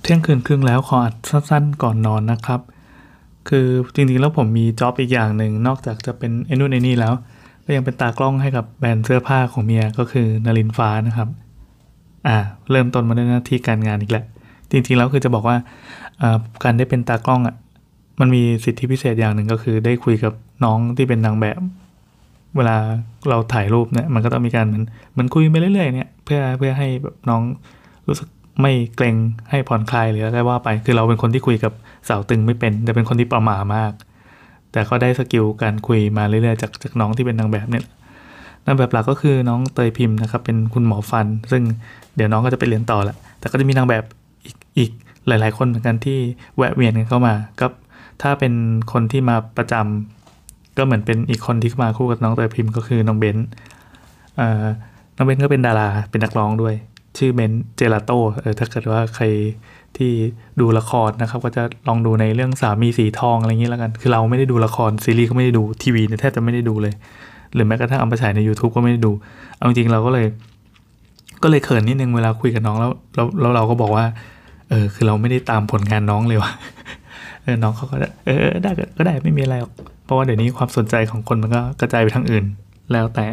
เที่ยงคืนครึ่งแล้วขออัดสั้นๆก่อนนอนนะครับคือจริงๆแล้วผมมีจ็อบอีกอย่างหนึ่งนอกจากจะเป็นไอ้นู่นไอ้นี่แล้วก็ยังเป็นตากล้องให้กับแบรนด์เสื้อผ้าของเมียก็คือนลินฟ้านะครับเริ่มต้นมาด้วยหน้าที่การงานอีกแล้วจริงๆแล้วคือจะบอกว่าการได้เป็นตากล้องมันมีสิทธิพิเศษอย่างหนึ่งก็คือได้คุยกับน้องที่เป็นนางแบบเวลาเราถ่ายรูปเนี่ยมันก็ต้องมีการเหมือนคุยไปเรื่อยๆเนี่ยเพื่อให้แบบน้องรู้สึกไม่เกรงให้ผ่อนคลายหรืออะไรว่าไปคือเราเป็นคนที่คุยกับสาวตึงไม่เป็นแต่เป็นคนที่ประหม่ามากแต่ก็ได้สกิลการคุยมาเรื่อยๆจากน้องที่เป็นนางแบบเนี่ยนางแบบหลักก็คือน้องเตยพิมพ์นะครับเป็นคุณหมอฟันซึ่งเดี๋ยวน้องก็จะไปเรียนต่อแหละแต่ก็จะมีนางแบบอีกหลายๆคนเหมือนกันที่แวะเวียนกันเข้ามาก็ถ้าเป็นคนที่มาประจำก็เหมือนเป็นอีกคนที่มาคู่กับน้องเตยพิมพ์ก็คือน้องเบนซ์น้องเบนซ์ก็เป็นดาราเป็นนักร้องด้วยชื่อเบนซ์เจลาโต้ถ้าเกิดว่าใครที่ดูละครนะครับก็จะลองดูในเรื่องสามีสีทองอะไรอย่างนี้แล้วกันคือเราไม่ได้ดูละครซีรีส์ก็ไม่ได้ดูทีวีเนี่ยแทบจะไม่ได้ดูเลยหรือแม้กระทั่งเอาไปฉายใน YouTube ก็ไม่ได้ดูเอาจริงๆเราก็เลยเขินนิดนึงเวลาคุยกับน้องแล้วเราก็บอกว่าคือเราไม่ได้ตามผลงานน้องเลยว่ะน้องเขาก็ได้ก็ได้ไม่มีอะไรหรอกเพราะว่าเดี๋ยวนี้ความสนใจของคนมันก็กระจายไปทางอื่นแล้วแต่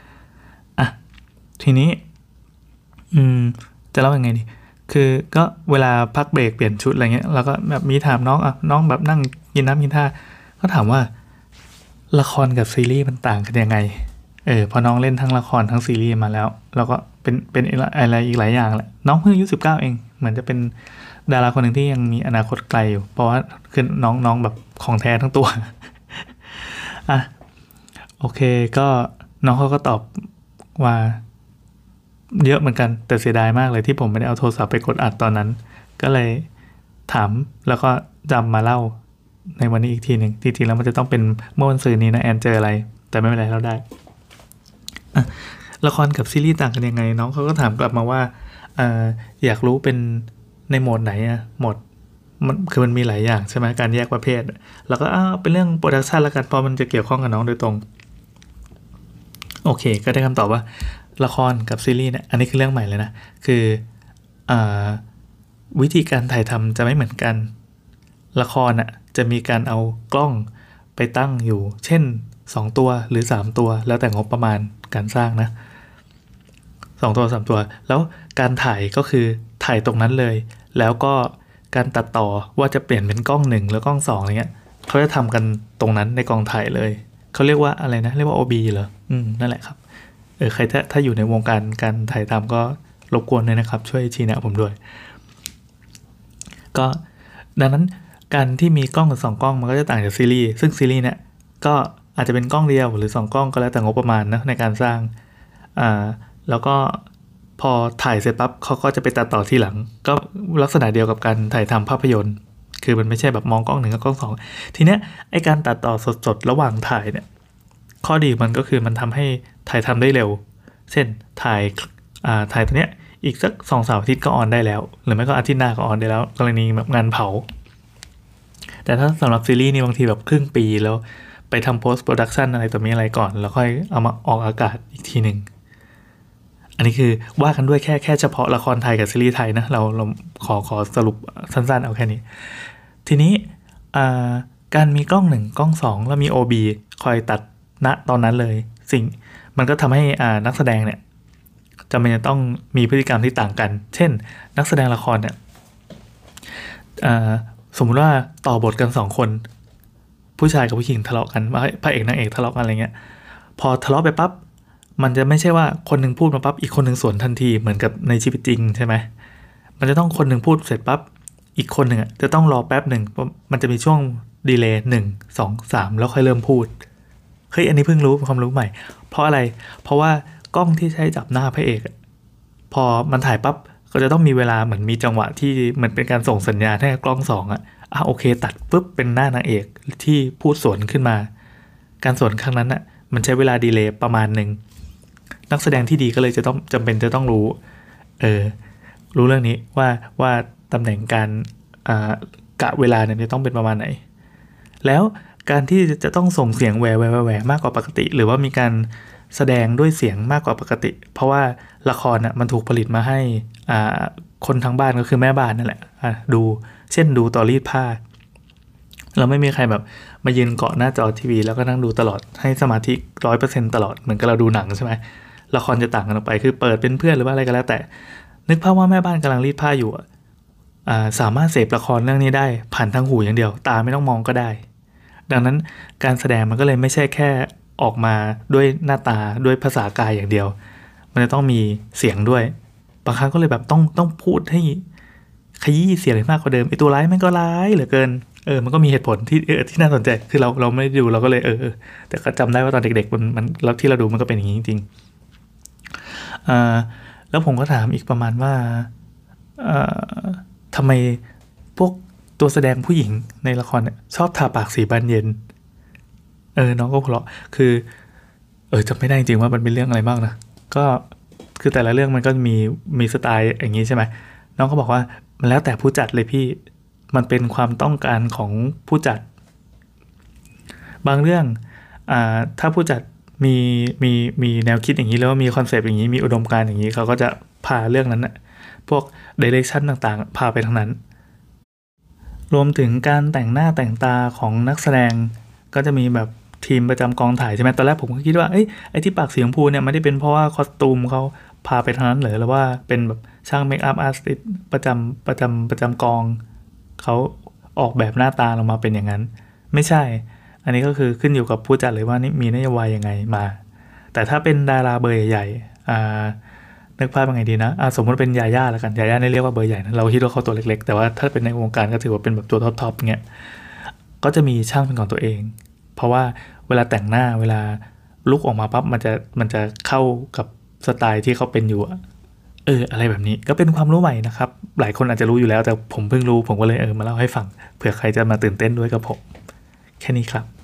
ทีนี้จะเล่ายังไงดีคือก็เวลาพักเบรกเปลี่ยนชุดอะไรเงี้ยเราก็แบบมีถามน้องน้องแบบนั่งกินน้ำกินท่าก็ถามว่าละครกับซีรีส์มันต่างกันยังไงพอน้องเล่นทั้งละครทั้งซีรีส์มาแล้วเราก็เป็นอะไรอีกหลายอย่างแหละน้องเพิ่งอายุ19เองเหมือนจะเป็นดาราคนหนึ่งที่ยังมีอนาคตไกลอยู่เพราะว่าคือน้องแบบของแท้ทั้งตัวโอเคก็น้องเขาก็ตอบว่าเยอะเหมือนกันแต่เสียดายมากเลยที่ผมไม่ได้เอาโทรศัพท์ไปกดอัดตอนนั้นก็เลยถามแล้วก็จำมาเล่าในวันนี้อีกทีหนึ่งจริงๆแล้วมันจะต้องเป็นเมื่อวันศุกร์นี้นะแอนเจออะไรแต่ไม่เป็นไรเราได้ละครกับซีรีส์ต่างกันยังไงน้องเขาก็ถามกลับมาว่าอยากรู้เป็นในโหมดไหนโหมดมันคือมันมีหลายอย่างใช่ไหมการแยกประเภทแล้วก็เป็นเรื่องโปรดักชันละกันเพราะมันจะเกี่ยวข้องกับน้องโดยตรงโอเคก็ได้คำตอบว่าละครกับซีรีส์เนี่ยอันนี้คือเรื่องใหม่เลยนะคือวิธีการถ่ายทำจะไม่เหมือนกันละครจะมีการเอากล้องไปตั้งอยู่เช่น2ตัวหรือ3ตัวแล้วแต่งบประมาณการสร้างนะ2ตัว3ตัวแล้วการถ่ายก็คือถ่ายตรงนั้นเลยแล้วก็การตัดต่อว่าจะเปลี่ยนเป็นกล้อง1แล้วกล้อง2อะไรเงี้ยเขาจะทำกันตรงนั้นในกองถ่ายเลยเขาเรียกว่าอะไรนะเรียกว่า OB เหรอนั่นแหละครับใครถ้าอยู่ในวงการถ่ายทำก็รบกวนเลยนะครับช่วยชี้แนะผมด้วยก็ดังนั้นการที่มีกล้องกับ2กล้องมันก็จะต่างจากซีรีส์ซึ่งซีรีส์เนี่ยก็อาจจะเป็นกล้องเดียวหรือ2กล้องก็แล้วแต่งบประมาณนะในการสร้างแล้วก็พอถ่ายเสร็จปั๊บเขาก็จะไปตัดต่อทีหลังก็ลักษณะเดียวกับการถ่ายทำภาพยนตร์คือมันไม่ใช่แบบมองกล้อง1กับกล้อง2ทีเนี้ยไอการตัดต่อสดๆระหว่างถ่ายเนี่ยข้อดีมันก็คือมันทำให้ถ่ายทำได้เร็วเช่นถ่ายตัวเนี้ยอีกสัก2-3 อาทิตย์ก็ออนได้แล้วหรือไม่ก็อาทิตย์หน้าก็ออนได้แล้วกรณีแบบงานเผาแต่ถ้าสำหรับซีรีส์นี่บางทีแบบครึ่งปีแล้วไปทำ post production อะไรตัวนี้อะไรก่อนแล้วค่อยเอามาออกอากาศอีกทีหนึ่งอันนี้คือว่ากันด้วยแค่เฉพาะละครไทยกับซีรีส์ไทยนะเราขอสรุปสั้นๆเอาแค่นี้ทีนี้การมีกล้อง1กล้อง2แล้วมี OB คอยตัดณตอนนั้นเลยสิ่งมันก็ทำให้นักแสดงเนี่ยจำเป็นจะต้องมีพฤติกรรมที่ต่างกันเช่นนักแสดงละครเนี่ยสมมุติว่าต่อบทกัน2คนผู้ชายกับผู้หญิงทะเลาะกันว่าพระเอกนางเอกทะเลาะกันอะไรเงี้ยพอทะเลาะไปปั๊บมันจะไม่ใช่ว่าคนนึงพูดมาปั๊บอีกคนนึงสวนทันทีเหมือนกับในชีวิตจริงใช่ไหมมันจะต้องคนนึงพูดเสร็จปั๊บอีกคนหนึ่งจะต้องรอแป๊บหนึ่งมันจะมีช่วงดีเลย์1 2 3แล้วค่อยเริ่มพูดเฮ้ยอันนี้เพิ่งรู้ความรู้ใหม่เพราะอะไรเพราะว่ากล้องที่ใช้จับหน้าพระเอกพอมันถ่ายปั๊บก็จะต้องมีเวลาเหมือนมีจังหวะที่เหมือนเป็นการส่งสัญญาณให้กล้อง2โอเคตัดปุ๊บเป็นหน้านางเอกที่พูดสวนขึ้นมาการสวนครั้งนั้นมันใช้เวลาดีเลย์ประมาณหนึ่งนักแสดงที่ดีก็เลยจะต้องจำเป็นจะต้องรู้รู้เรื่องนี้ว่าตำแหน่งการกะเวลาเนี่ยจะต้องเป็นประมาณไหนแล้วการที่จะต้องส่งเสียงแหวมากกว่าปกติหรือว่ามีการแสดงด้วยเสียงมากกว่าปกติเพราะว่าละครมันถูกผลิตมาให้คนทั้งบ้านก็คือแม่บ้านนั่นแหละดูเช่นดูต่อรีดผ้าเราไม่มีใครแบบมายืนเกาะหน้าจอทีวีแล้วก็นั่งดูตลอดให้สมาธิ 100% ตลอดเหมือนกับเราดูหนังใช่ไหมละครจะต่างกันออกไปคือเปิดเป็นเพื่อนหรือว่าอะไรก็แล้วแต่นึกภาพว่าแม่บ้านกำลังรีดผ้าอยู่สามารถเสพละครเรื่องนี้ได้ผ่านทางหูอย่างเดียวตาไม่ต้องมองก็ได้ดังนั้นการแสดงมันก็เลยไม่ใช่แค่ออกมาด้วยหน้าตาด้วยภาษากายอย่างเดียวมันจะต้องมีเสียงด้วยบางครั้งก็เลยแบบต้องพูดให้ขยี้เสียงมากกว่าเดิมไอตัวร้ายมันก็ร้ายเหลือเกินมันก็มีเหตุผลที่น่าสนใจคือเราไม่ได้ดูเราก็เลยแต่ก็จำได้ว่าตอนเด็กๆมันแล้วที่เราดูมันก็เป็นอย่างนี้จริงๆแล้วผมก็ถามอีกประมาณว่าทำไมพวกตัวแสดงผู้หญิงในละครเนี่ยชอบทาปากสีบานเย็นน้องก็หัวเราะคือจำไม่ได้จริงๆว่ามันเป็นเรื่องอะไรบ้างนะก็คือแต่ละเรื่องมันก็มีสไตล์อย่างนี้ใช่ไหมน้องก็บอกว่ามันแล้วแต่ผู้จัดเลยพี่มันเป็นความต้องการของผู้จัดบางเรื่องถ้าผู้จัดมีแนวคิดอย่างนี้แล้วมีคอนเซปต์อย่างนี้มีอุดมการณ์อย่างนี้เขาก็จะพาเรื่องนั้นนะพวกดิเรกชันต่างๆพาไปทางนั้นรวมถึงการแต่งหน้าแต่งตาของนักแสดงก็จะมีแบบทีมประจำกองถ่ายใช่ไหมตอนแรกผมก็คิดว่าไอ้ที่ปากสีชมพูเนี่ยไม่ได้เป็นเพราะว่าคอสตูมเขาพาไปทางนั้นหรือว่าเป็นแบบช่างเมคอัพอาร์ติสต์ประจำกองเขาออกแบบหน้าตาเรามาเป็นอย่างนั้นไม่ใช่อันนี้ก็คือขึ้นอยู่กับผู้จัดเลยว่านี่มีนโยบายยังไงมาแต่ถ้าเป็นดาราเบอร์ใหญ่ๆนึกภาพยังไงดีนะสมมติเป็นยาย่าแล้วกันยาย่านี่เรียกว่าเบอร์ใหญ่นะเราคิดว่าเขาตัวเล็กๆแต่ว่าถ้าเป็นในวงการก็ถือว่าเป็นแบบตัวท็อปๆเงี้ยก็จะมีช่างเป็นของตัวเองเพราะว่าเวลาแต่งหน้าเวลาลุกออกมาปั๊บมันจะเข้ากับสไตล์ที่เขาเป็นอยู่อะไรแบบนี้ก็เป็นความรู้ใหม่นะครับหลายคนอาจจะรู้อยู่แล้วแต่ผมเพิ่งรู้ผมก็เลยมาเล่าให้ฟังเผื่อใครจะมาตื่นเต้นด้วยกับผมแค่นี้ครับ